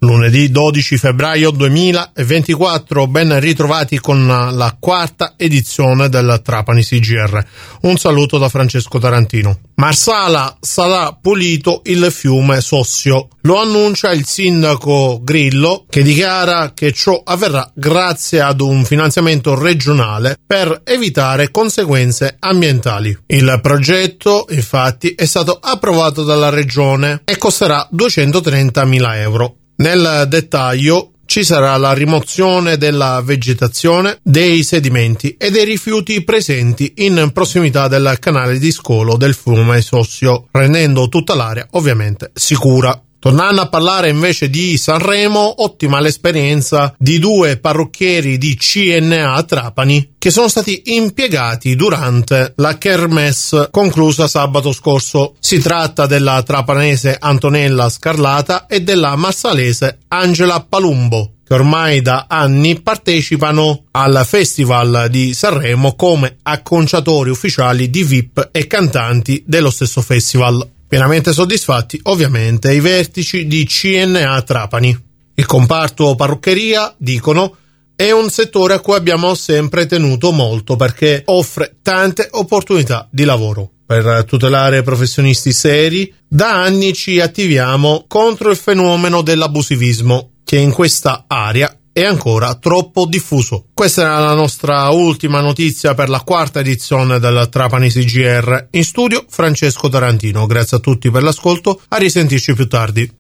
Lunedì 12 febbraio 2024, ben ritrovati con la quarta edizione del Trapani CGR. Un saluto da Francesco Tarantino. Marsala sarà pulito il fiume Sossio. Lo annuncia il sindaco Grillo, che dichiara che ciò avverrà grazie ad un finanziamento regionale per evitare conseguenze ambientali. Il progetto, infatti, è stato approvato dalla regione e costerà 230.000 euro. Nel dettaglio ci sarà la rimozione della vegetazione, dei sedimenti e dei rifiuti presenti in prossimità del canale di scolo del fiume Sossio, rendendo tutta l'area ovviamente sicura. Tornando a parlare invece di Sanremo, ottima l'esperienza di due parrucchieri di CNA Trapani che sono stati impiegati durante la kermesse conclusa sabato scorso. Si tratta della trapanese Antonella Scarlata e della marsalese Angela Palumbo, che ormai da anni partecipano al Festival di Sanremo come acconciatori ufficiali di VIP e cantanti dello stesso festival. Pienamente soddisfatti ovviamente i vertici di CNA Trapani. Il comparto parruccheria, dicono, è un settore a cui abbiamo sempre tenuto molto perché offre tante opportunità di lavoro. Per tutelare professionisti seri, da anni ci attiviamo contro il fenomeno dell'abusivismo che in questa area è ancora troppo diffuso. Questa era la nostra ultima notizia per la quarta edizione del Trapani CGR. In studio Francesco Tarantino. Grazie a tutti per l'ascolto, a risentirci più tardi.